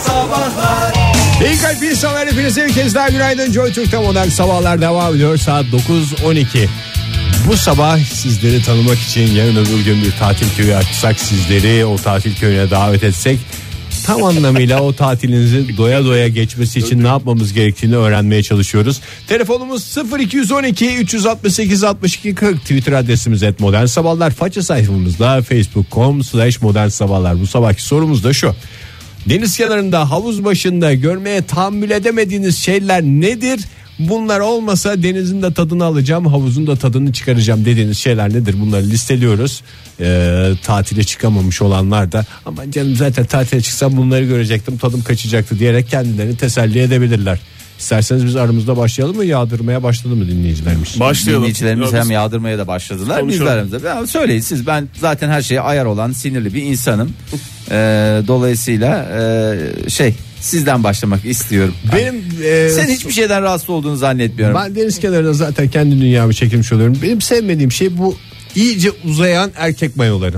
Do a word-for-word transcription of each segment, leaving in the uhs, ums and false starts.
Sabahlar. İyi kalp insanlar, hepinize bir kez daha günaydın. Joy Türk'te modern sabahlar devam ediyor. Saat dokuz on iki. Bu sabah sizleri tanımak için yarın öbür gün bir tatil köyü açsak, sizleri o tatil köyüne davet etsek, tam anlamıyla o tatilinizi doya doya geçmesi için ne yapmamız gerektiğini öğrenmeye çalışıyoruz. Telefonumuz sıfır iki on iki üç altı sekiz altmış iki kırk, Twitter adresimiz et modern sabahlar, faça sayfamızda facebook nokta com slash modern sabahlar. Bu sabahki sorumuz da şu: deniz kenarında, havuz başında görmeye tahammül edemediğiniz şeyler nedir? Bunlar olmasa denizin de tadını alacağım, havuzun da tadını çıkaracağım dediğiniz şeyler nedir? Bunları listeliyoruz. Ee, tatile çıkamamış olanlar da aman canım zaten tatile çıksam bunları görecektim, tadım kaçacaktı diyerek kendilerini teselli edebilirler. İsterseniz biz aramızda başlayalım mı? Yağdırmaya başladı mı dinleyicilerimiz? Başlayalım. Dinleyicilerimiz hem yağdırmaya da başladılar. Biz de aramızda. Ya söyleyin siz, ben zaten her şeye ayar olan sinirli bir insanım. Ee, dolayısıyla e, şey sizden başlamak istiyorum. Benim e, Sen hiçbir şeyden rahatsız olduğunu zannetmiyorum. Ben deniz kenarında zaten kendi dünyamı çekilmiş oluyorum. Benim sevmediğim şey bu iyice uzayan erkek mayoları.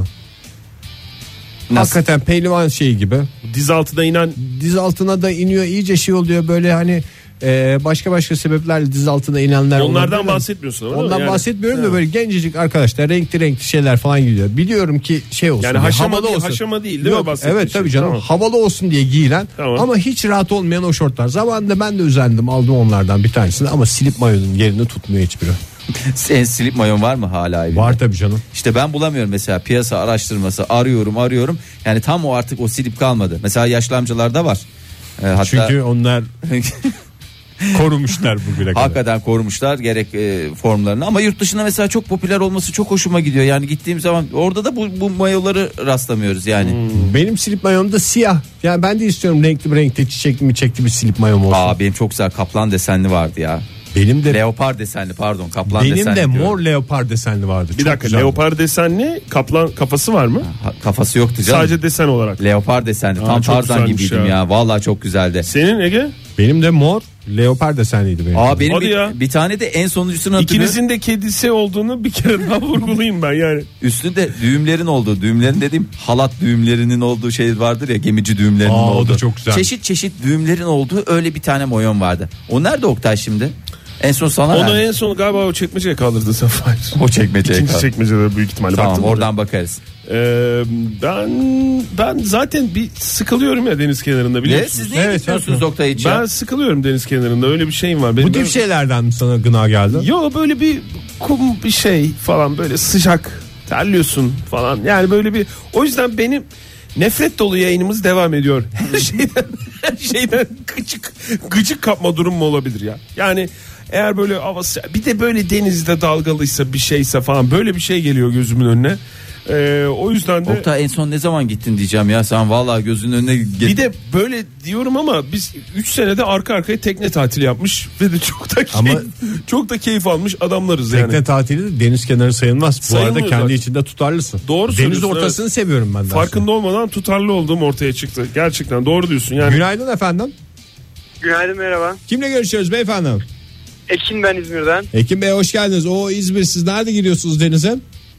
Nasıl? Hakikaten pehlivan şeyi gibi. Diz altına inen. Diz altına da iniyor, iyice şey oluyor böyle, hani e, başka başka sebeplerle diz altına inenler. Onlardan bahsetmiyorsun ama. Ondan yani. bahsetmiyorum Ha. da böyle gencecik arkadaşlar renkli renkli şeyler falan giyiyor. Biliyorum ki şey olsun. Yani diye, haşama havalı değil, olsun. haşama değil, değil Yok, mi bahsettiğin evet tabii şey? canım, Tamam. havalı olsun diye giyilen, tamam. Ama hiç rahat olmayan o şortlar. Zamanında ben de özendim, aldım onlardan bir tanesini ama silip mayonun yerini tutmuyor hiçbiri. Senin silip mayon var mı hala evinde? Var tabii canım. İşte ben bulamıyorum mesela, piyasa araştırması arıyorum arıyorum. Yani tam o artık o silip kalmadı. Mesela yaşlı amcalarda var. Ee, hatta... Çünkü onlar korumuşlar bugüne kadar. Hakikaten korumuşlar gerek e, formlarını, ama yurt dışında mesela çok popüler olması çok hoşuma gidiyor. Yani gittiğim zaman orada da bu, bu mayoları rastlamıyoruz yani. Hmm. Benim silip mayom da siyah. Yani ben de istiyorum renkli bir renkte, çiçekli mi çekli bir silip mayom olsun. Aa, benim çok güzel kaplan desenli vardı ya. Benim de leopar desenli, pardon, kaplan benim desenli. de diyorum. mor leopar desenli vardı. Bir Çok dakika, güzeldi. leopar desenli kaplan kafası var mı? Ha, kafası yoktu canım. Sadece desen olarak. Leopar desenli. Aa, Tam çok Tarzan güzelmiş gibiydim ya. ya. Vallahi çok güzeldi. Senin Ege? Benim de mor leopar desenliydi benim. Aa, benim Hadi bir, ya. bir tane de en sonuncusunu hatırlıyorum. İkinizin de kedisi olduğunu bir kere daha vurgulayayım ben yani. Üstünde düğümlerin olduğu, düğümlerin dediğim halat düğümlerinin olduğu şey vardır ya, gemici düğümlerinin Aa, o da olduğu. çok güzel. Çeşit çeşit düğümlerin olduğu öyle bir tane mayon vardı. O nerede Oktay şimdi? En son sana Onu verdim. en son galiba o çekmeceye kaldırdı Safar. O çekmeceye İkinci kaldı. çekmecede büyük ihtimalle. Tamam, Baktın oradan bakarız. Ee, ben ben zaten bir sıkılıyorum ya deniz kenarında, biliyor Ne, musunuz? siz niye Evet, gitmiyorsunuz haklı. Oktay hiç Ben ya? sıkılıyorum deniz kenarında, öyle bir şeyim var. Benim Bu tip şeylerden mi sana gına geldi? Yo, böyle bir kum bir şey falan, böyle sıcak, terliyorsun falan. Yani böyle bir, o yüzden benim nefret dolu yayınımız devam ediyor. Her şeyden her şeyden gıcık gıcık kapma durum mu olabilir ya? Yani eğer böyle havası, bir de böyle denizde dalgalıysa bir şeyse falan, böyle bir şey geliyor gözümün önüne. Ee, o yüzden de Oktay en son ne zaman gittin diyeceğim ya, sen vallahi gözünün önüne get- bir de böyle diyorum ama biz üç senede arka arkaya tekne tatili yapmış ve de çok da keyif, Ama- çok da keyif almış adamlarız yani. Tekne tatili de deniz kenarı sayılmaz. Bu Sayılmıyor arada kendi zaten. içinde tutarlısın. Doğru Deniz söylüyorsun, ortasını seviyorum ben de. Farkında olmadan tutarlı olduğum ortaya çıktı. Gerçekten doğru diyorsun yani. Günaydın efendim. Günaydın, merhaba. Kimle görüşüyoruz beyefendi? Ekin, ben İzmir'den. Ekim Bey hoş geldiniz. O İzmir, siz nerede giriyorsunuz denize?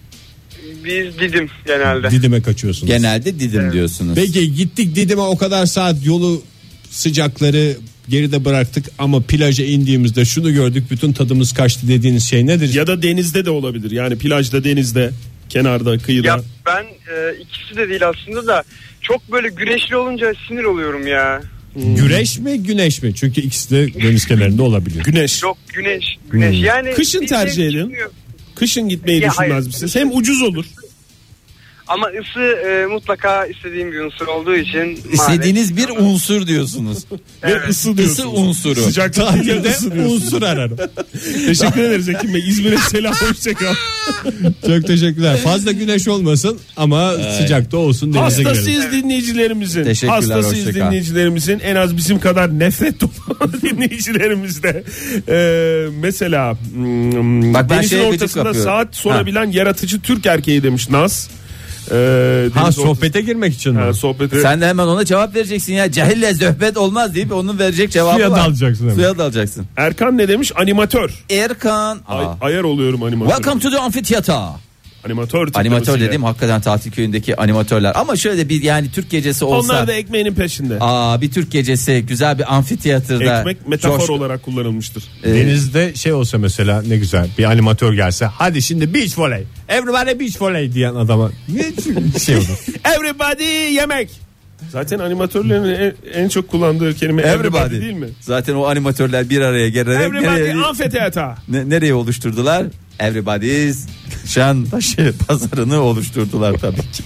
Biz Didim genelde. Didim'e kaçıyorsunuz. genelde Didim Evet. diyorsunuz. Peki gittik Didim'e, o kadar saat yolu, sıcakları geride bıraktık ama plaja indiğimizde şunu gördük, bütün tadımız kaçtı dediğiniz şey nedir? Ya da denizde de olabilir. Yani plajda, denizde, kenarda, kıyıda. Ya ben e, ikisi de değil aslında da çok böyle güneşli olunca sinir oluyorum ya. Güreş mi güneş mi? Çünkü ikisi de deniz kenarında olabiliyor. Güneş. Çok güneş, güneş. Hmm. Yani Kışın bir tercih şey edin. çıkmıyor. Kışın gitmeyi Ya düşünmez hayır. misiniz? Hem ucuz olur. Ama ısı e, mutlaka istediğim bir unsur olduğu için. İstediğiniz bir maalesef. unsur diyorsunuz. Ve ısı diyorsunuz. Isı unsuru. Sıcak Tatilde ısı diyorsunuz. unsur ararım. Teşekkür ederiz Ekim Bey. İzmir'e selam, hoşçakal. Çok teşekkürler. Fazla güneş olmasın ama sıcakta olsun, denize girelim. Hastasıyız dinleyicilerimizin. Teşekkürler, Hastasıyız hoşça kal. dinleyicilerimizin. En az bizim kadar nefret dolu dinleyicilerimiz de. Ee, mesela hmm, Bak ben denizin şeye gıcık ortasında kapıyorum. saat sorabilen yaratıcı Türk erkeği demiş Naz. Ee, Ha, deniz sohbete girmek için mi? ortası- Ha, sohbete. Sen de hemen ona cevap vereceksin ya. Cahille sohbet olmaz deyip onun verecek cevabı Suya var. dalacaksın hemen. Suya dalacaksın. Erkan ne demiş? Animatör. Erkan. Ay, Aa. ayar oluyorum animatör. Welcome to the amphitheater. Animatör Animatör dediğim hakikaten tatil köyündeki animatörler. Ama şöyle bir yani Türk gecesi olsa. Onlar da ekmeğinin peşinde. Aa, bir Türk gecesi güzel bir amfiteyatrda. Ekmek metafor coş... olarak kullanılmıştır. Ee, Denizde şey olsa mesela ne güzel bir animatör gelse. Hadi şimdi beach volley. Everybody beach volley diyen adama ne şey olur. Everybody yemek. Zaten animatörlerin en, en çok kullandığı kelime everybody, everybody değil mi? Zaten o animatörler bir araya gelerek everybody nereye, amfiteyater. Ne, nereye oluşturdular? Everybody's Şantaşı pazarını oluşturdular tabii ki.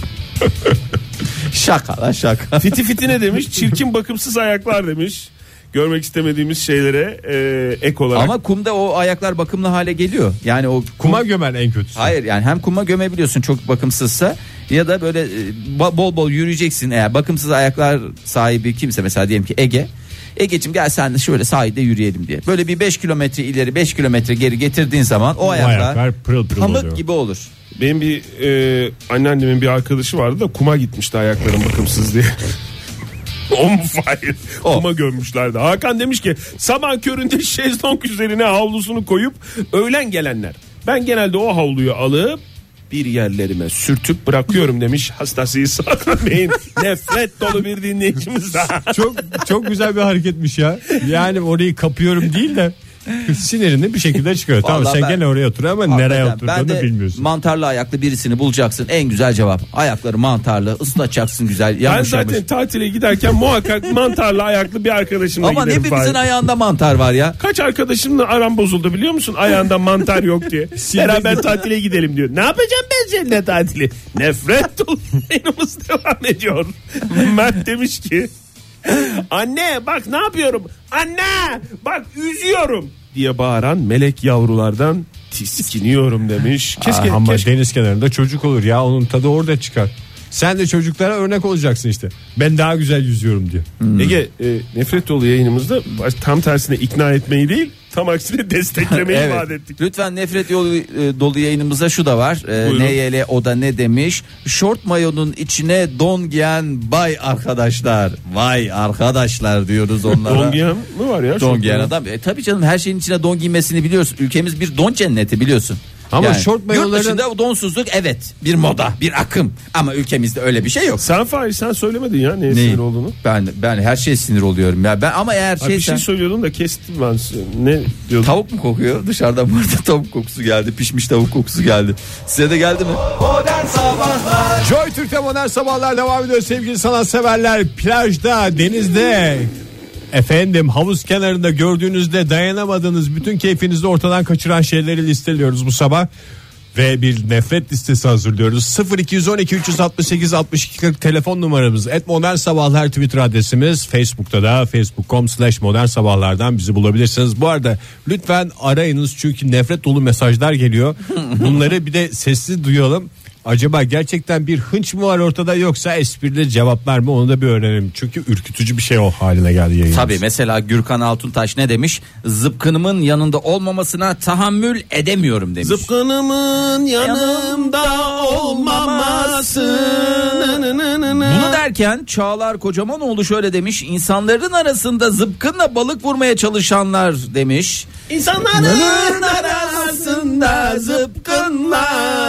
Şaka la şaka. Fiti fiti ne demiş? Çirkin bakımsız ayaklar demiş. Görmek istemediğimiz şeylere e, ek olarak. Ama kumda o ayaklar bakımlı hale geliyor. Yani o kum... kuma gömen en kötüsü. Hayır yani hem kuma gömebiliyorsun çok bakımsızsa ya da böyle e, bol bol yürüyeceksin eğer bakımsız ayaklar sahibi kimse mesela diyelim ki Ege. Ege'cim gel sen de şöyle sahilde yürüyelim diye. Böyle bir beş kilometre ileri beş kilometre geri getirdiğin zaman o, o ayaklar, ayaklar pırıl pırıl pamuk oluyor. gibi olur. Benim bir e, anneannemin bir arkadaşı vardı da kuma gitmişti ayaklarım bakımsız diye. O mu Fahir? Kuma gömmüşlerdi. Hakan demiş ki sabah köründe şezlong üzerine havlusunu koyup öğlen gelenler. Ben genelde o havluyu alıp bir yerlerime sürtüp bırakıyorum demiş hastasıyız. Bey'in nefret dolu bir dinleyicimiz daha. Çok çok güzel bir hareketmiş ya. Yani orayı kapıyorum değil de sinirini bir şekilde çıkıyor. Vallahi tamam sen ben, gene oraya otur ama nereye oturduğunu bilmiyorsun. Mantarlı ayaklı birisini bulacaksın. En güzel cevap. Ayakları mantarlı ıslatacaksın güzel. Ben zaten yamış. Tatile giderken muhakkak mantarlı ayaklı bir arkadaşımla ama giderim. Ama hepimizin ayağında mantar var ya. Kaç arkadaşımla aram bozuldu biliyor musun? Ayağında mantar yok diye. Beraber tatile gidelim diyor. Ne yapacağım ben seninle tatili? Nefret dolu yayınımız devam ediyor. Mert demiş ki anne bak ne yapıyorum? Anne bak üzüyorum diye bağıran melek yavrulardan tiskiniyorum demiş. Keşke, Aa, ama keşke. Deniz kenarında çocuk olur ya, onun tadı orada çıkar. Sen de çocuklara örnek olacaksın işte. Ben daha güzel yüzüyorum diye. Hmm. Ege e, nefret dolu yayınımızda tam tersine ikna etmeyi değil, tam aksine desteklemeyi evet. vaat ettik. Lütfen nefret yolu, e, dolu yayınımıza şu da var. E, N Y L o da ne demiş? Şort mayonun içine don giyen bay arkadaşlar. Vay arkadaşlar diyoruz onlara. Don giyen mi var ya? Don giyen adam. E, tabii canım her şeyin içine don giymesini biliyoruz. Ülkemiz bir don cenneti biliyorsun. Ama yani, şort mayoların... Yurt dışında donsuzluk evet bir moda, bir akım, ama ülkemizde öyle bir şey yok. Sen Fahir sen söylemedin ya neye sinir olduğunu. Ben ben her şeye sinir oluyorum ya. Ben ama eğer şey bir şey söylüyordun da kestim ben. Ne diyordun? Tavuk mu kokuyor? Dışarıdan burada tavuk kokusu geldi. Pişmiş tavuk kokusu geldi. Size de geldi mi? Modern Sabahlar. Joy Türk'te Modern Sabahlar devam ediyor sevgili sanatseverler. Plajda, denizde, efendim havuz kenarında gördüğünüzde dayanamadığınız bütün keyfinizi ortadan kaçıran şeyleri listeliyoruz bu sabah. Ve bir nefret listesi hazırlıyoruz. sıfır iki on iki üç altı sekiz altmış iki kırk telefon numaramız. et modern sabahlar Twitter adresimiz. Facebook'ta da facebook nokta com slash modern sabahlardan bizi bulabilirsiniz. Bu arada lütfen arayınız çünkü nefret dolu mesajlar geliyor. Bunları bir de sesli duyalım. Acaba gerçekten bir hınç mı var ortada yoksa esprili cevaplar mı, onu da bir öğrenelim. Çünkü ürkütücü bir şey o haline geldi yayınımız. Tabii mesela Gürkan Altuntaş ne demiş? Zıpkınımın yanında olmamasına tahammül edemiyorum demiş. Zıpkınımın yanımda olmaması. Bunu derken Çağlar Kocamanoğlu şöyle demiş. İnsanların arasında zıpkınla balık vurmaya çalışanlar demiş. İnsanların arasında zıpkınla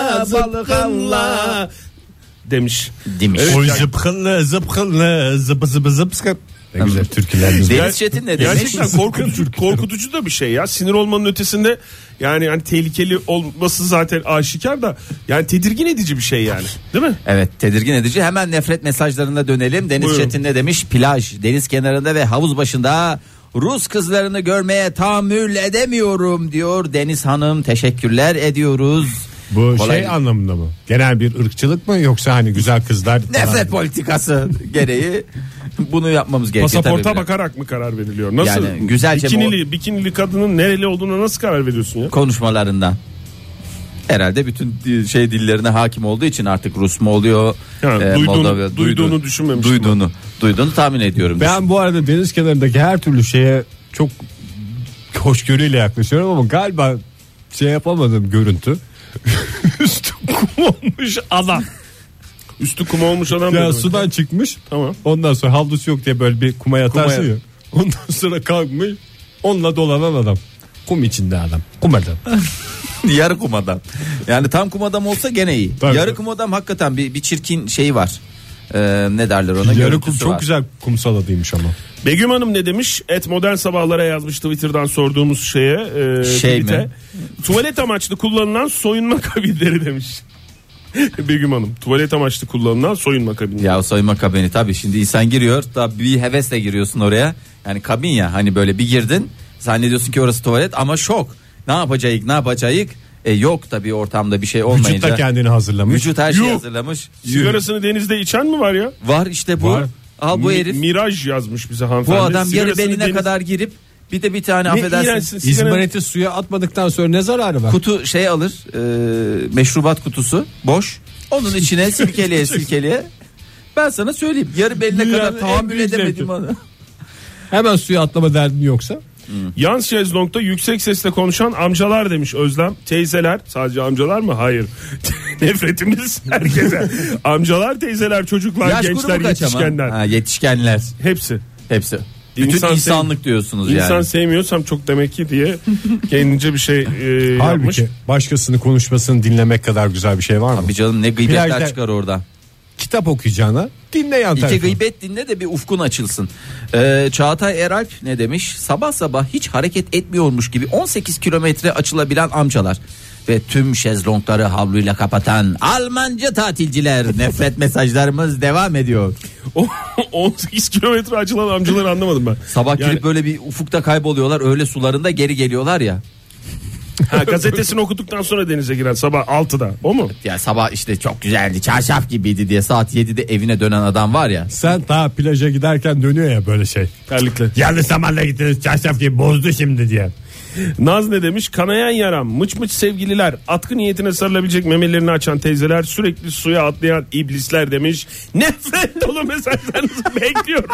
zıpkınla demiş. Demiş. Evet, oy zıpkınlı zıpkınlı zıpı zıpı zıpı. Ne güzel türkülerimiz. Deniz Çetin ne demiş? Gerçekten korkutucu, korkutucu da bir şey ya. Sinir olmanın ötesinde yani yani tehlikeli olması zaten aşikar da yani tedirgin edici bir şey yani. Değil mi? Evet, tedirgin edici. Hemen nefret mesajlarına dönelim. Deniz Buyurun. Çetin ne demiş? Plaj, deniz kenarında ve havuz başında Rus kızlarını görmeye tahammül edemiyorum diyor Deniz Hanım. Teşekkürler ediyoruz. Bu Kolay şey anlamında mı? Genel bir ırkçılık mı yoksa hani güzel kızlar nefret falan politikası gereği bunu yapmamız gerekiyor. Pasaporta bakarak mı karar veriliyor? Nasıl? Yani güzelce bikinili, o... bikinili kadının nereli olduğuna nasıl karar veriyorsun ya? Konuşmalarından. Herhalde bütün şey dillerine hakim olduğu için artık Rus mu oluyor? Yani e, duyduğunu, Moldova, duyduğunu duydu, düşünmemiştim. Duyduğunu, duyduğunu tahmin ediyorum. Ben bu arada deniz kenarındaki her türlü şeye çok hoşgörüyle yaklaşıyorum ama galiba şey yapamadım görüntü. Üstü kum olmuş adam. Üstü kum olmuş adam. Ya sudan mi? Çıkmış. Tamam. Ondan sonra havlusu yok diye böyle bir kuma yatarsın kumaya. Ya. Ondan sonra kalkmış. Onunla dolanan adam. Kum içinde adam. Kum adam. Yarı kum adam. Yani tam kum adam olsa gene iyi. Tabii. Yarı kum adam hakikaten bir, bir çirkin şeyi var. Ee, ne derler ona? Yarı Görüntüsü kum çok var. güzel kumsal adıymış ama. Begüm Hanım ne demiş? Et modern sabahlara yazmış Twitter'dan sorduğumuz şeye. E, Şey tweet'e. mi? Tuvalet amaçlı kullanılan soyunma kabinleri demiş. Begüm Hanım, tuvalet amaçlı kullanılan soyunma kabinleri. Ya o soyunma kabini tabii şimdi insan giriyor. Tabii bir hevesle giriyorsun oraya. Yani kabin ya hani böyle bir girdin. Zannediyorsun ki orası tuvalet ama şok. Ne yapacağız ne yapacağız? E, yok tabii ortamda bir şey olmayınca. Vücut da kendini hazırlamış. Vücut her şeyi Yuh. hazırlamış. Sigarasını denizde içen mi var ya? Var işte bu. Var. Al bu Mi- herif. Miraj yazmış bize hanımefendi. Bu adam yarı Sigarasını beline deniz- kadar girip bir de bir tane Ne affedersin. iğrençsin, sigara- İzmariti suya atmadıktan sonra ne zararı var? Kutu şey alır. E, meşrubat kutusu boş. Onun içine silkeleye silkeleye. Ben sana söyleyeyim. Yarı beline Dünyanın kadar en tahammül büyük edemedim zevki. onu. Hemen suya atlama derdin yoksa. Yan şezlongda yüksek sesle konuşan amcalar demiş Özlem. Teyzeler, sadece amcalar mı? Hayır. Nefretimiz herkese. Amcalar, teyzeler, çocuklar, Yaş gençler, grubu kaç yetişkenler. ama? Ha, yetişkenler. Hepsi. Hepsi. Bütün İnsan insanlık diyorsunuz İnsan yani. sevmiyorsam çok demek ki diye kendince bir şey e, yapmış. Halbuki başkasının konuşmasını dinlemek kadar güzel bir şey var mı? Abi canım ne gıybetler Plajda- çıkar orada. Kitap okuyacağına dinle yan İki tarafı. gıybet dinle de bir ufkun açılsın. Ee, Çağatay Eralp ne demiş? Sabah sabah hiç hareket etmiyormuş gibi on sekiz kilometre açılabilen amcalar ve tüm şezlongları havluyla kapatan Almancı tatilciler. Nefret mesajlarımız devam ediyor. O on sekiz kilometre açılan amcaları anlamadım ben. Sabah Yani- girip böyle bir ufukta kayboluyorlar. Öğle sularında geri geliyorlar ya. Ha, gazetesini okuduktan sonra denize giren sabah altıda. O mu? Ya sabah işte çok güzeldi, çarşaf gibiydi diye saat yedide evine dönen adam var ya. Sen daha plaja giderken dönüyor ya böyle şey. Terlikle. Yanlış zamanla gittiniz çarşaf gibi bozdu şimdi diye. Naz ne demiş? Kanayan yaram, mıç mıç sevgililer, atkı niyetine sarılabilecek memelerini açan teyzeler, sürekli suya atlayan iblisler demiş. Nefret dolu mesajlarınızı bekliyorum.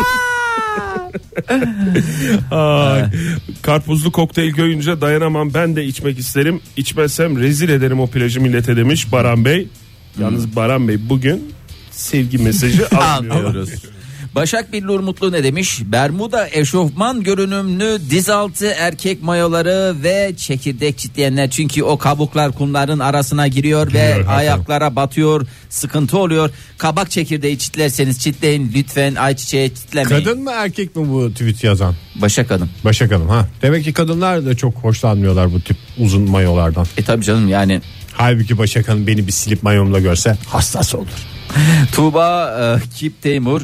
Ay, karpuzlu kokteyl görünce dayanamam, ben de içmek isterim. İçmezsem rezil ederim o plajı millete demiş Baran Bey. Yalnız Baran Bey bugün sevgi mesajı almıyor. Anlıyoruz. Başak Billur Mutlu ne demiş? Bermuda eşofman görünümlü dizaltı erkek mayoları ve çekirdek çitleyenler. Çünkü o kabuklar kumların arasına giriyor ve Giriyor, ayaklara batıyor. Sıkıntı oluyor. Kabak çekirdeği çitlerseniz çitleyin lütfen, ayçiçeği çitlemeyin. Kadın mı erkek mi bu tweet yazan? Başak Hanım. Başak Hanım ha. Demek ki kadınlar da çok hoşlanmıyorlar bu tip uzun mayolardan. E tabi canım yani. Halbuki Başak Hanım beni bir silip mayomla görse hassas olur. Tuğba e, Kip Teymur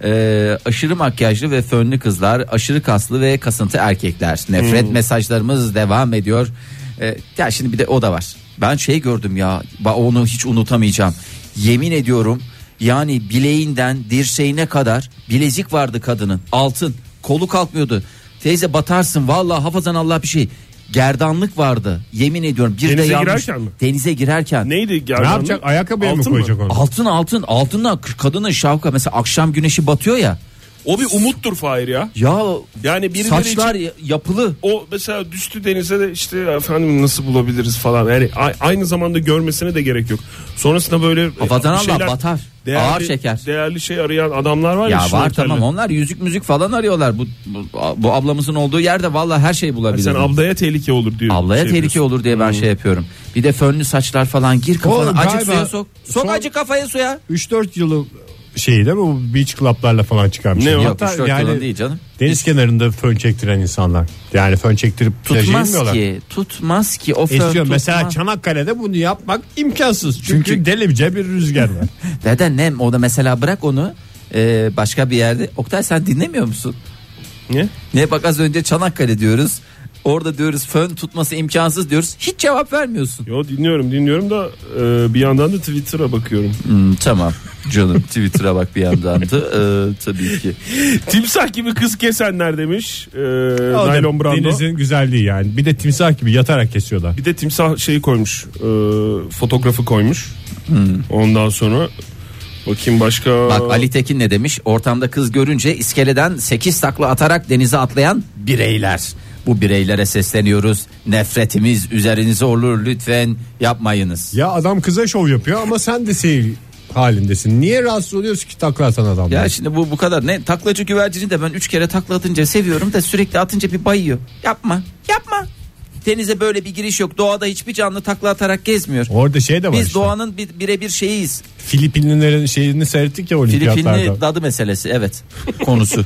e, aşırı makyajlı ve fönlü kızlar, aşırı kaslı ve kasıntı erkekler. Nefret Hmm. mesajlarımız devam ediyor. E, ya şimdi bir de o da var. Ben şey gördüm ya, ba- onu hiç unutamayacağım. Yemin ediyorum yani bileğinden dirseğine kadar bilezik vardı kadının. Altın, kolu kalkmıyordu. Teyze batarsın vallahi, hafazan Allah bir şey. Gerdanlık vardı. Yemin ediyorum. Bir Denize de yanlış. girerken mi? Denize girerken. Neydi? Ne gerdanlık? yapacak? Ayakkabıya mı Altın koyacak onu? Altın altın altından kadının şapka, mesela akşam güneşi batıyor ya. O bir umuttur Fahir ya. Ya Yani birileri saçlar için ya- yapılı. o mesela düştü denize de işte efendim nasıl bulabiliriz falan. Yani a- aynı zamanda görmesine de gerek yok. Sonrasında böyle Kafadan bir Allah şeyler- batar. Değerli, Ağır şeker. Değerli şey arayan adamlar var ya. Ya var şnorkelle. tamam, onlar yüzük müzik falan arıyorlar. Bu, bu, bu ablamızın olduğu yerde vallahi her şey bulabilir. Sen ablaya tehlike olur diyor. Ablaya şey tehlike yapıyorsun. olur diye ben şey yapıyorum. Bir de fönlü saçlar falan, gir kafanı O acık galiba suya sok. Sok son- acık kafayı suya. üç dört yılı şeyi değil mi bu beach club'larla falan çıkarmış. Ne o? Yok Hatta üç dört yani yılın değil canım. deniz kenarında fön çektiren insanlar. Yani fön çektirip plaja Tutmaz inmiyorlar. ki. Tutmaz ki o fön Esiyor. tutmaz. Mesela Çanakkale'de bunu yapmak imkansız. Çünkü, Çünkü- delice bir rüzgar var. Neden ne? O da mesela bırak onu e, başka bir yerde. Oktay sen dinlemiyor musun? Ne? Ne bak az önce Çanakkale diyoruz. Orada diyoruz fön tutması imkansız diyoruz. Hiç cevap vermiyorsun. Yo dinliyorum dinliyorum da e, bir yandan da Twitter'a bakıyorum. Hmm, tamam canım, Twitter'a bak bir yandan da e, tabii ki. Timsah gibi kız kesenler demiş. E, O da Naylon Brando. denizin güzelliği yani. Bir de timsah gibi yatarak kesiyorlar. Bir de timsah şeyi koymuş. E, fotoğrafı koymuş. Ondan sonra bakayım başka. Bak Ali Tekin ne demiş? Ortamda kız görünce iskeleden sekiz takla atarak denize atlayan bireyler. Bu bireylere sesleniyoruz. Nefretimiz üzerinize olur, lütfen yapmayınız. Ya adam kıza şov yapıyor ama sen de seyir halindesin. Niye rahatsız oluyorsun ki takla atan adamlar? Ya şimdi bu bu kadar ne? Taklacı güvercini de ben üç kere takla atınca seviyorum da sürekli atınca bir bayıyor. Yapma, yapma. denize böyle bir giriş yok. Doğada hiçbir canlı takla atarak gezmiyor. Orada şey de var Biz işte. doğanın bir, birebir şeyiyiz. Filipinlilerin şeyini seyrettik ya olimpiyatlarda. Filipinli dadı meselesi evet konusu.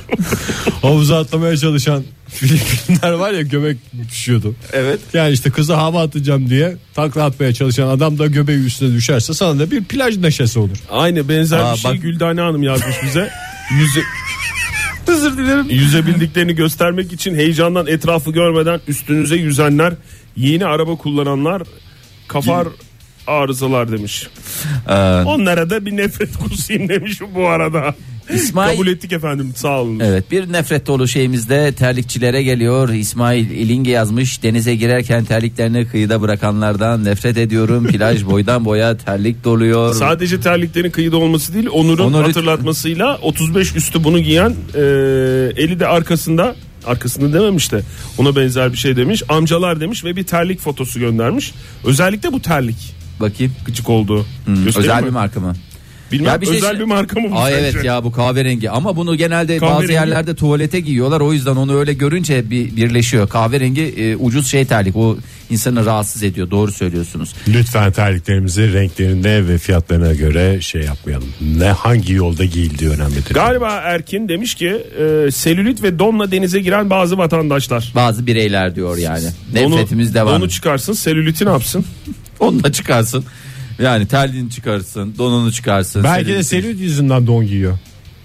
Havuza atlamaya çalışan Filipinler var ya, göbek düşüyordu. Evet. Yani işte kıza hava atacağım diye takla atmaya çalışan adam da göbeği üstüne düşerse sana da bir plaj neşesi olur. Aynı benzer Aa, bir şey bak- Güldane Hanım yazmış bize. Yüze... Özür dilerim. Yüzebildiklerini göstermek için heyecandan etrafı görmeden üstünüze yüzenler, yeni araba kullananlar, kafar arızalar demiş. Ee, Onlara da bir nefret kusayım demiş bu arada. İsmail- Kabul ettik efendim, sağ olun. Evet, bir nefret dolu şeyimizde terlikçilere geliyor. İsmail İlingi yazmış. Denize girerken terliklerini kıyıda bırakanlardan nefret ediyorum. Plaj boydan boya terlik doluyor. Sadece terliklerin kıyıda olması değil, Onur'un Onur- hatırlatmasıyla otuz beş üstü bunu giyen, e, eli de arkasında, arkasında dememiş de ona benzer bir şey demiş. Amcalar demiş ve bir terlik fotosu göndermiş. Özellikle bu terlik Bakayım. gıcık oldu. Hmm, Göstereyim özel mi? bir marka mı? Bilmem, Ya bir şey- özel bir marka mı bu Aa, sence? evet ya, bu kahverengi ama bunu genelde bazı Kahverengi. yerlerde tuvalete giyiyorlar, o yüzden onu öyle görünce bir birleşiyor. Kahverengi e, ucuz şey terlik, o insanı rahatsız ediyor, doğru söylüyorsunuz. Lütfen terliklerimizi renklerine ve fiyatlarına göre şey yapmayalım. Ne hangi yolda giyildiği önemlidir. Galiba Erkin demiş ki e, selülit ve donla denize giren bazı vatandaşlar. Bazı bireyler diyor yani. Donu- Nefretimiz devam. Donu çıkarsın, selüliti ne yapsın? Onu da çıkarsın. Yani terliğini çıkarsın, donunu çıkarsın. Belki de selülitini- selülit yüzünden don giyiyor.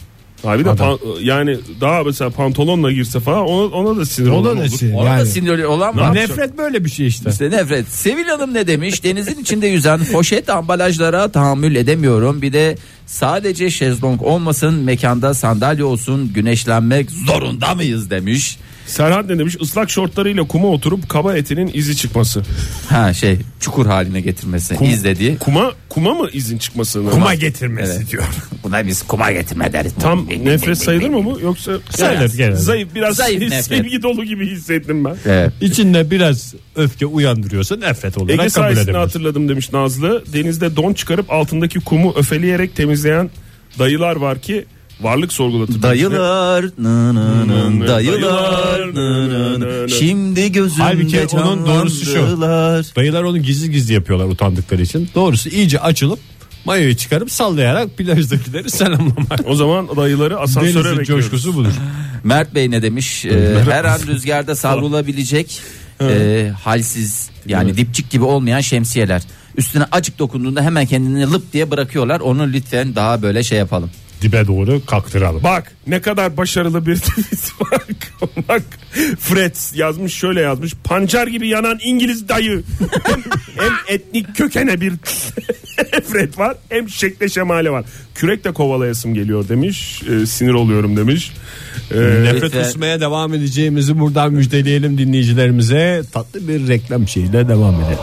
Abi de Adam. pan- yani daha mesela pantolonla girse falan ona, ona da sinir O olan da olur. sinir. Ona da Yani. sinirli olan Ne var. yapacak? Nefret böyle bir şey işte. İşte nefret. Sevil Hanım ne demiş? Denizin içinde yüzen poşet ambalajlara tahammül edemiyorum. Bir de sadece şezlong olmasın, mekanda sandalye olsun, güneşlenmek zorunda mıyız demiş. Serhat ne demiş? Islak şortlarıyla kuma oturup kaba etinin izi çıkması. Ha şey, çukur haline getirmesi, Kum- izlediği. Kuma kuma mı izin çıkmasını? Kuma getirmesi Evet. diyor. Buna biz kuma getirme deriz. Tam nefret sayılır mı bu? Yoksa Sayılır genelde. zayıf, biraz Zayıf sevgi, nefret. sevgi dolu gibi hissettim ben. Evet. İçinde biraz öfke uyandırıyorsa nefret olarak Ege kabul sayesinde edebiliriz. hatırladım demiş Nazlı. Denizde don çıkarıp altındaki kumu öfeleyerek temizleyen dayılar var ki varlık sorgulatır. Dayılar, nı nı nı, Nı, dayılar, nı nı nı. Şimdi gözümde Halbuki onun doğrusu şu. canlandılar. Dayılar onu gizli gizli yapıyorlar utandıkları için. Doğrusu iyice açılıp mayoyu çıkarıp sallayarak plajdakileri selamlamak. O zaman dayıları asansöre Denizin bekliyoruz. coşkusu budur. Mert Bey ne demiş? Ee, her an rüzgarda savrulabilecek e, halsiz, yani dipçik gibi olmayan şemsiyeler. Üstüne acık dokunduğunda hemen kendini lıp diye bırakıyorlar. Onu lütfen daha böyle şey yapalım. Dibe doğru kaktıralım. Bak ne kadar başarılı bir tweet var. Bak Fred yazmış, şöyle yazmış. Pancar gibi yanan İngiliz dayı. hem, hem etnik kökene bir Fred var, hem şekle şemale var. Kürekle kovalayasım geliyor demiş. Ee, sinir oluyorum demiş. Ee, Nefret Lütfen. kusmaya devam edeceğimizi buradan müjdeleyelim dinleyicilerimize. Tatlı bir reklam şeyiyle devam edelim.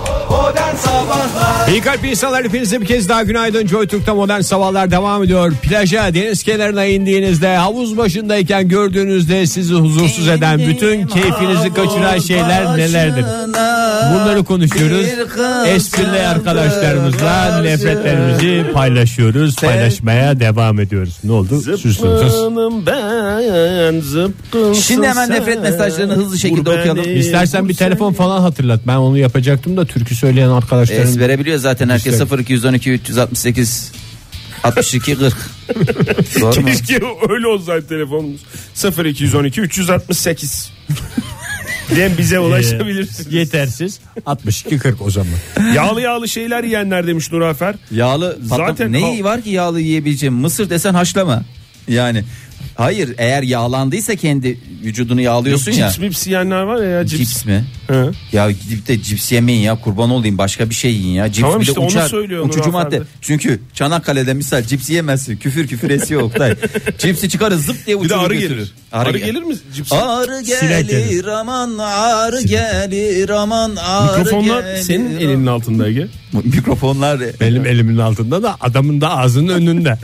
İyi kalp insanlar, hepinize bir kez daha günaydın. Joy Türk'te modern sabahlar devam ediyor. Plaja, deniz kenarına indiğinizde, havuz başındayken gördüğünüzde sizi huzursuz eden, bütün keyfinizi kaçıran şeyler nelerdir? Bunları konuşuyoruz. Esprili arkadaşlarımızla nefretlerimizi paylaşıyoruz. Paylaşmaya devam ediyoruz. Ne oldu? Süslüyoruz. Zıpkınım ben, zıpkınsın Şimdi hemen sen. nefret mesajlarını hızlı şekilde Vur beni, okuyalım. İstersen vur bir telefon seni. falan hatırlat. Ben onu yapacaktım da türkü söyleyen arkadaşlarım. Es verebiliyor zaten herkes. İşte. Sıfır iki on iki üç altı sekiz altmış iki kırk. Doğru mu? Keşke öyle olsaydı telefonumuz. sıfır iki on iki üç altı sekiz. Dem bize ulaşabilirsiniz. Yetersiz. altmış iki kırk o zaman. Yağlı yağlı şeyler yiyenler demiş Nurafer. Yağlı Zaten zaten neyi var ki yağlı yiyebileceğim? Mısır desen haşlama. Yani hayır, eğer yağlandıysa kendi vücudunu yağlıyorsun ya. Cips mips yiyenler var ya, ya cips. Cips mi? Hı. Ya gidip de cips yemeyin ya, kurban olayım, başka bir şey yiyin ya. Cips Tamam bir de işte onu uçar, söylüyor uçucu Nurhan madde. Efendi. Çünkü Çanakkale'de misal cips yemezsin. Küfür küfür esiyor Oktay. Cipsi çıkarır zıp diye Bir de uçurur arı götürür. gelir. Arı, gelir mi cips? Arı Sinek gelir gelir. aman, arı gelir aman, arı Mikrofonlar gelir. senin elinin altında Ege. Mikrofonlar Benim elimin altında da adamın da ağzının önünde.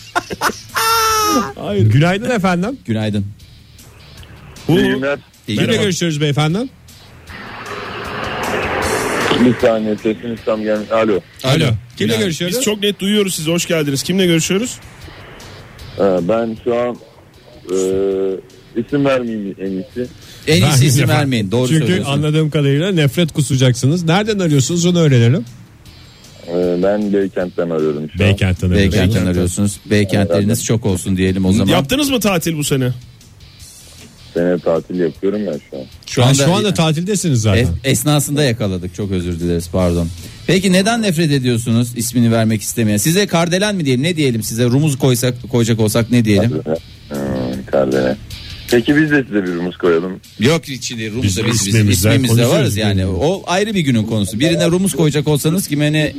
Hayır. Günaydın efendim. Günaydın. Bu İyi günler. İyi Kimle günler. görüşüyoruz beyefendi? Bir saniye sesiniz tam gelmiş. Alo. Alo. Kimle Günaydın. görüşüyoruz? biz çok net duyuyoruz sizi. Hoş geldiniz. Kimle görüşüyoruz? Ee, ben şu an e, isim vermeyeyim en iyisi. En iyisi isim Bence- vermeyin. Doğru Çünkü söylüyorsun. anladığım kadarıyla nefret kusacaksınız. Nereden arıyorsunuz onu öğrenelim. Ee, ben Beykent'ten arıyorum şu Beykent'ten arıyorsunuz. Beykent'ten arıyorsunuz. Beykentleriniz çok olsun diyelim o zaman. Yaptınız mı tatil bu sene? an. Sene tatil yapıyorum ya şu an. Şu Ha, anda, şu anda tatildesiniz zaten. es- esnasında yakaladık. Çok özür dileriz, pardon. Peki neden nefret ediyorsunuz ismini vermek istemeyen? Size kardelen mi diyelim, ne diyelim size? Rumuz koysak koyacak olsak ne diyelim? Hmm, Kardelen. Peki biz de size bir rumuz koyalım. Yok içinde Rumuz Biz da biz, biz ismimizden ismimizde konuşuyoruz varız yani. yani. O ayrı bir günün konusu. Birine Rumuz koyacak olsanız kime ne?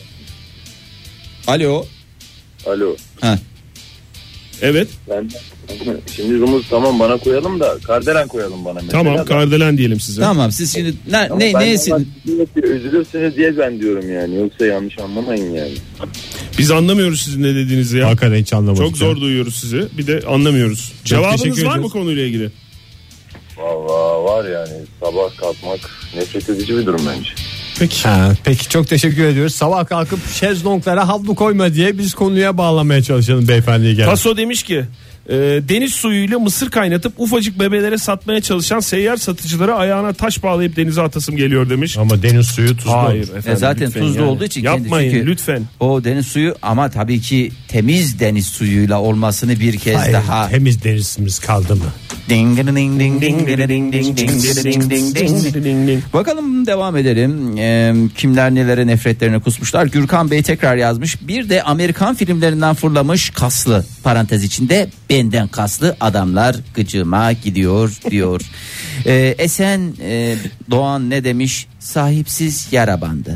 Alo. Alo. Ha. Evet. Ben şimdi rumuz tamam bana koyalım da Kardelen koyalım bana mesela. Tamam, da. Kardelen diyelim size. Tamam siz şimdi ne Ama ne ben neysin? normal sürekli üzülürsünüz diye ben diyorum yani. Yoksa yanlış anlamayın yani. Biz anlamıyoruz sizin ne dediğinizi ya. Hakikaten hiç anlamadım. Çok zor duyuyoruz sizi. Bir de anlamıyoruz. Cevabınız teşekkür var mı ederiz. konuyla ilgili? Vallahi var yani sabah kalkmak nefret edici bir durum bence. Peki. Ha, peki çok teşekkür ediyoruz. Sabah kalkıp şezlonglara havlu koyma diye biz konuya bağlamaya çalışalım beyefendiye gel. Taso demiş ki e, deniz suyuyla mısır kaynatıp ufacık bebelere satmaya çalışan seyyar satıcılara ayağına taş bağlayıp denize atasım geliyor demiş. Ama deniz suyu tuzlu. Hayır olur. efendim. E zaten lütfen tuzlu yani. olduğu için kendi- Yapmayın çünkü- lütfen. O deniz suyu ama tabii ki temiz deniz suyuyla olmasını bir kez Hayır, daha. temiz denizimiz kaldı mı? Ding ding ding ding ding ding ding ding ding ding ding ding. Bakalım devam edelim. Ee, kimler nelere nefretlerine kusmuşlar. Gürkan Bey tekrar yazmış. Bir de Amerikan filmlerinden fırlamış kaslı, parantez içinde benden kaslı adamlar gıcığıma gidiyor diyor. Ee, Esen e, Doğan ne demiş? Sahipsiz yara bandı.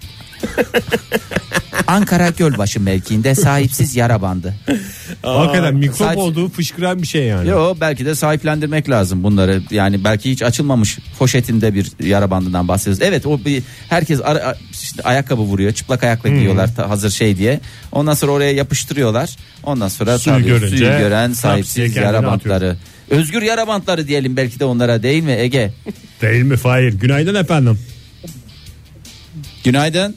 Ankara Gölbaşı mevkiinde sahipsiz yara bandı. Hakikaten mikrop sadece- olduğu fışkıran bir şey yani. Yo belki de sahiplendirmek lazım bunları. Yani belki hiç açılmamış poşetinde bir yara bandından bahsediyoruz. Evet o bir herkes ara, işte ayakkabı vuruyor. Çıplak ayakla giyiyorlar ta- hazır şey diye. Ondan sonra oraya yapıştırıyorlar. Ondan sonra Suyu tabii görünce suyu gören hapsiye sahipsiz kendini yara atıyor. bantları. Özgür yara bantları diyelim belki de onlara, değil mi Ege? Değil mi Fahir? Günaydın efendim. Günaydın.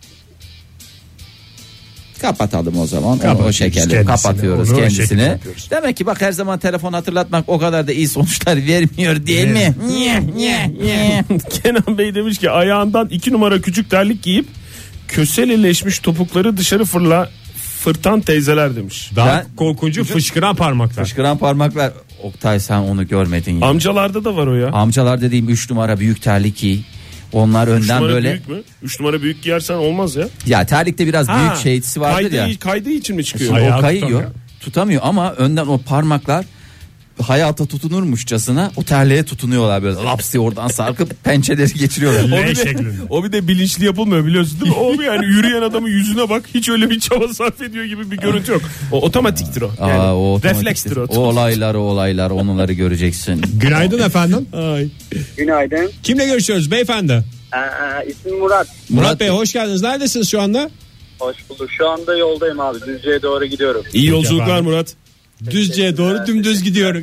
Kapatalım o zaman. Kapatıyoruz o şekerle kendisini, kapatıyoruz onu o kendisini. şekilde yapıyoruz. Demek ki bak her zaman telefon hatırlatmak o kadar da iyi sonuçlar vermiyor değil mi? Niye, niye, niye? Kenan Bey demiş ki ayağından iki numara küçük terlik giyip köseleleşmiş topukları dışarı fırla fırtan teyzeler demiş. Daha Ben- korkuncu fışkıran parmaklar. Fışkıran parmaklar. Oktay sen onu görmedin ya. Amcalarda da var o ya. Amcalar dediğim üç numara büyük terlik giy. Onlar Üç önden numara böyle. büyük mü? Üç numara büyük giyersen olmaz ya. Ya terlikte biraz büyük Ha, şeysi vardır kaydığı, ya. Kaydığı için mi çıkıyor? Şimdi Ayağı o kayıyor. tutamıyor. Tutamıyor ama önden o parmaklar hayata tutunurmuşçasına o terliğe tutunuyorlar böyle laps diye oradan sarkıp pençeleri geçiriyorlar. O L bir, de, şeklinde. o bir de bilinçli yapılmıyor biliyorsun değil mi? O yani yürüyen adamın yüzüne bak hiç öyle bir çaba sarf ediyor gibi bir görüntü yok. O otomatiktir o. Yani Aa, o reflekstir o. o olaylar o olaylar onları göreceksin. Günaydın efendim. Ay. Günaydın. Kimle görüşüyoruz beyefendi? Ee, ismim Murat. Murat Bey hoş geldiniz. Neredesiniz şu anda? Hoş bulduk. Şu anda yoldayım abi. Düzce'ye doğru gidiyorum. İyi yolculuklar efendim. Murat. Düzce'ye doğru dümdüz gidiyorum.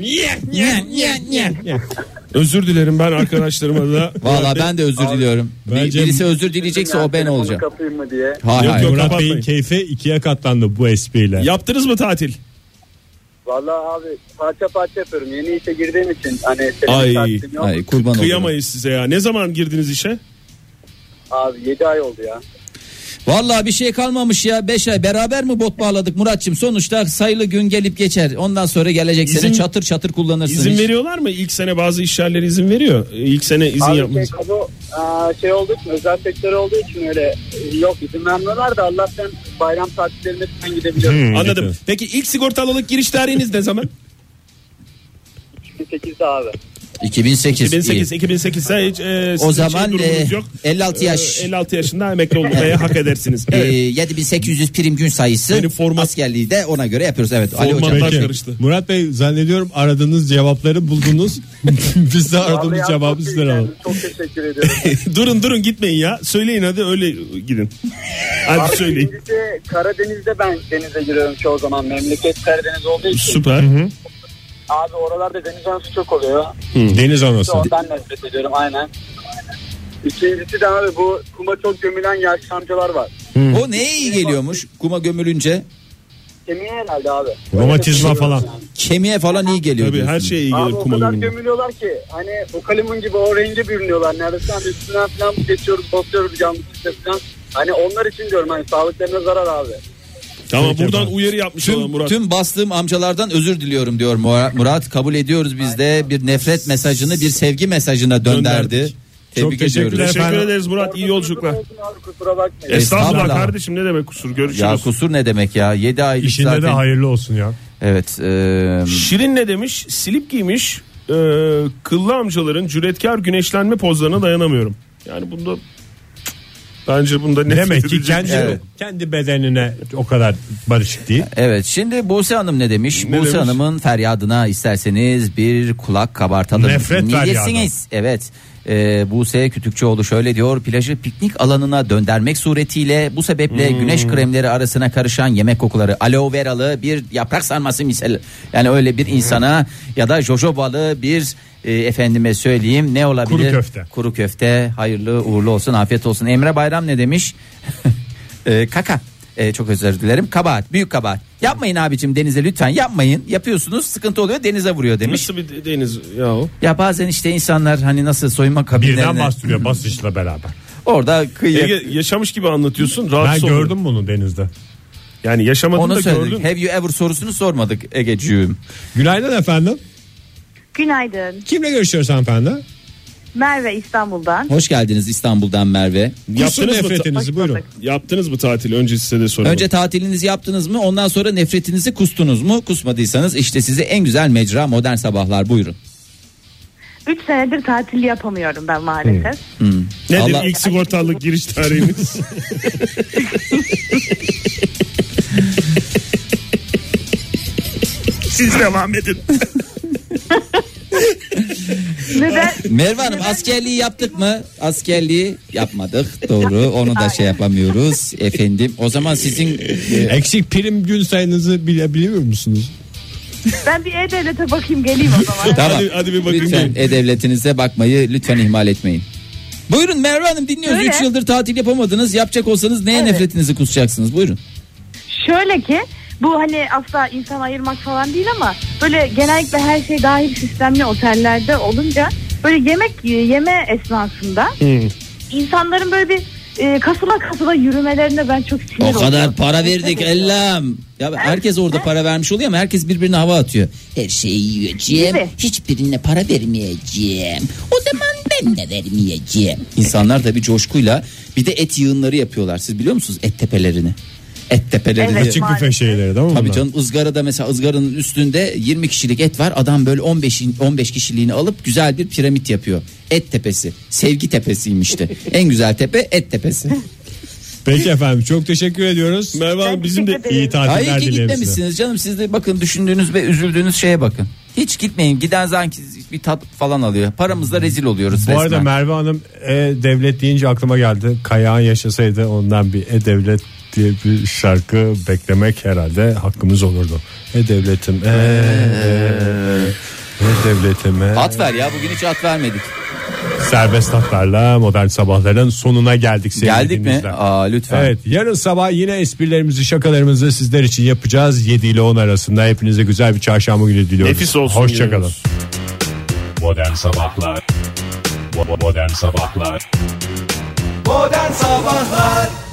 Özür dilerim ben arkadaşlarıma da. Valla ben de özür diliyorum. Bir- bence- Birisi özür dileyecekse o ben Telefonu olacağım. kapayım mı diye. Hayır Yok, hayır. yok. Murat kapatmayın. Bey'in keyfi ikiye katlandı bu espriyle. Yaptınız mı tatil? Vallahi abi parça parça yapıyorum. Yeni işe girdiğim için hani Ay. senin tatilim yok. Ay, kurban olurum. Kıyamayız size ya. Ne zaman girdiniz işe? Abi yedi ay oldu ya. Vallahi bir şey kalmamış ya. beş ay beraber mi bot bağladık Muratçım? Sonuçta sayılı gün gelip geçer. Ondan sonra gelecek İzin- sene çatır çatır kullanırsın. İzin hiç. veriyorlar mı? İlk sene bazı iş yerleri izin veriyor. İlk sene izin Abi şey, yapmanız. kamu aa, şey olduğu için özel sektör olduğu için öyle e, yok izin vermiyorlar da Allah'tan bayram tatillerine falan gidebiliyorum. Hmm, Anladım. evet. Peki ilk sigortalılık giriş tarihiniz ne zaman? iki bin sekizde abi. iki bin sekiz. iki bin sekiz. iyi. iki bin sekizse hiç e, sizin O zaman şey durumunuz e, yok. elli altı yaş. E, elli altı yaşında emekli olmaya hak edersiniz. E, Evet. yedi bin sekiz yüz prim gün sayısı. Benim format- Askerliği de ona göre yapıyoruz. Evet. Ali Format- hocam. Bunlar Peki. karıştı. Murat Bey zannediyorum aradığınız cevapları buldunuz. Biz de aradığımız Vallahi cevabı çok sizden iyi alalım. geldim. Çok teşekkür ediyorum. durun durun gitmeyin ya. Söyleyin hadi öyle gidin. Hadi Abi söyleyin. birincisi Karadeniz'de ben denize giriyorum çoğu zaman. Memleket Karadeniz olduğu için. Süper. Abi oralarda deniz anası çok oluyor. Deniz anası. Ondan nefret ediyorum aynen. İkincisi de abi bu kuma çok gömülen yaşlı amcalar var. O neye iyi geliyormuş kuma gömülünce? Kemiğe herhalde abi. Romatizma Öyle falan. yani. kemiğe falan iyi geliyor. Tabii diyorsun. her şeye iyi gelir Abi o kum kadar alüminyum. gömülüyorlar ki hani o kalemun gibi o renge bürünüyorlar neredeyse. Hani üstünden falan geçiyoruz, basıyoruz canlı işte falan. Hani onlar için diyorum hani sağlıklarına zarar abi. Tamam Peki buradan efendim. uyarı yapmış olan Tüm, Murat. tüm bastığım amcalardan özür diliyorum diyor Murat. Murat kabul ediyoruz biz de bir nefret mesajını bir sevgi mesajına dönderdi. Gönderdik. Tebrik Çok teşekkürler. ediyoruz. Teşekkür Efendim. ederiz Murat, iyi yolculuklar. Olsun abi, kusura bakmayın. Estağfurullah Estağfurullah. kardeşim, ne demek kusur, görüşürüz. Ya kusur ne demek ya? yedi aylık İşinde zaten. de hayırlı olsun ya. Evet. E, Şirin ne demiş? Silip giymiş e, kıllı amcaların cüretkar güneşlenme pozlarına dayanamıyorum. Yani bunda bence bunda nefret Demek ki edilecek kendi bir şey yok. Evet. kendi bedenine o kadar barışık değil. evet. Şimdi Buse Hanım ne demiş? Ne Buse demiş? Hanım'ın feryadına isterseniz bir kulak kabartalım. Nefret Dinleyesiniz. Evet. Ee, Buse Kütükçüoğlu şöyle diyor: plajı piknik alanına döndürmek suretiyle bu sebeple Hmm. güneş kremleri arasına karışan yemek kokuları, aloe veralı bir yaprak sarması misal, yani öyle bir insana ya da jojobalı bir e, efendime söyleyeyim ne olabilir? Kuru köfte. Kuru köfte. Hayırlı uğurlu olsun, afiyet olsun. Emre Bayram ne demiş? e, kaka. E, çok özür dilerim. Kabahat, büyük kabahat. Yapmayın abicim denize, lütfen yapmayın. Yapıyorsunuz, sıkıntı oluyor, denize vuruyor demiş. Nasıl bir deniz ya o? Ya bazen işte insanlar hani nasıl soyunma kabinlerine Birden bastırıyor basınçla beraber. orada kıyıya. Ege, yaşamış gibi anlatıyorsun. Ben Rahatsız oluyorum. gördüm bunu denizde. Yani yaşamadın da Onu söyledik. gördün. Have you ever sorusunu sormadık Egeciğim. Günaydın efendim. Günaydın. Kimle görüşüyoruz hanımefendi? Merve İstanbul'dan. Hoş geldiniz İstanbul'dan Merve. Kusur Yaptınız mı, nefretinizi Hoş buyurun. bulduk. yaptınız mı tatil? Önce size de soralım. Önce tatilinizi yaptınız mı? Ondan sonra nefretinizi kustunuz mu? Kusmadıysanız işte size en güzel mecra Modern Sabahlar, buyurun. Üç senedir tatil yapamıyorum ben maalesef. Hmm. Nedir Allah- ilk sigortalık giriş tarihiniz? Siz devam edin. Neden? Merve Hanım, askerliği yaptık mı? Askerliği yapmadık. Doğru, onu da şey yapamıyoruz efendim. O zaman sizin e, Eksik prim gün sayınızı bilebiliyor musunuz? Ben bir E-Devlet'e bakayım geleyim o zaman. tamam. Hadi- hadi bir bakın Lütfen gelin. e-devletinize bakmayı lütfen ihmal etmeyin. Buyurun Merve Hanım, dinliyoruz. Öyle. üç yıldır tatil yapamadınız. Yapacak olsanız neye Evet. nefretinizi kusacaksınız? Buyurun. Şöyle ki bu hani asla insan ayırmak falan değil ama böyle genellikle her şey dahil sistemli otellerde olunca böyle yemek yeme esnasında insanların böyle bir e, kasıla kasıla yürümelerine ben çok sinir O oluyorum. kadar para verdik ellam. Ya herkes orada para vermiş oluyor ama herkes birbirine hava atıyor. Her şeyi yiyeceğim. Gibi. Hiçbirine para vermeyeceğim. O zaman ben de vermeyeceğim. İnsanlar da bir coşkuyla bir de et yığınları yapıyorlar. Siz biliyor musunuz et tepelerini? Et tepelerini. Evet. Açık büfe maalesef. şeyleri değil mi? Tabii bunlar? canım, ızgarada mesela ızgaranın üstünde yirmi kişilik et var. Adam böyle on beş on beş kişiliğini alıp güzel bir piramit yapıyor. Et tepesi. Sevgi tepesiymiş işte. En güzel tepe et tepesi. Peki efendim, çok teşekkür ediyoruz. Merve Hanım, Ben bizim de teşekkür İyi ederim. tatiller Hayır ki dilerim size. gitmemişsiniz canım. Siz de bakın, düşündüğünüz ve üzüldüğünüz şeye bakın. Hiç gitmeyin. Giden zanki bir tat falan alıyor. Paramızla rezil oluyoruz Bu arada resmen. Merve Hanım e-devlet deyince aklıma geldi. Kayağın yaşasaydı ondan bir e-devlet diye bir şarkı beklemek herhalde hakkımız olurdu. E-devletim e, e, e-devletim e. At ver ya, bugün hiç at vermedik. Serbest hatlarla modern sabahların sonuna geldik sevgili Geldik mi? dinleyiciler. Aa, lütfen. Evet, yarın sabah yine esprilerimizi, şakalarımızı sizler için yapacağız. yedi ile on arasında. Hepinize güzel bir çarşamba günü diliyoruz. Nefis olsun Hoşçakalın. diyoruz. Modern Sabahlar Bo- Modern Sabahlar Modern Sabahlar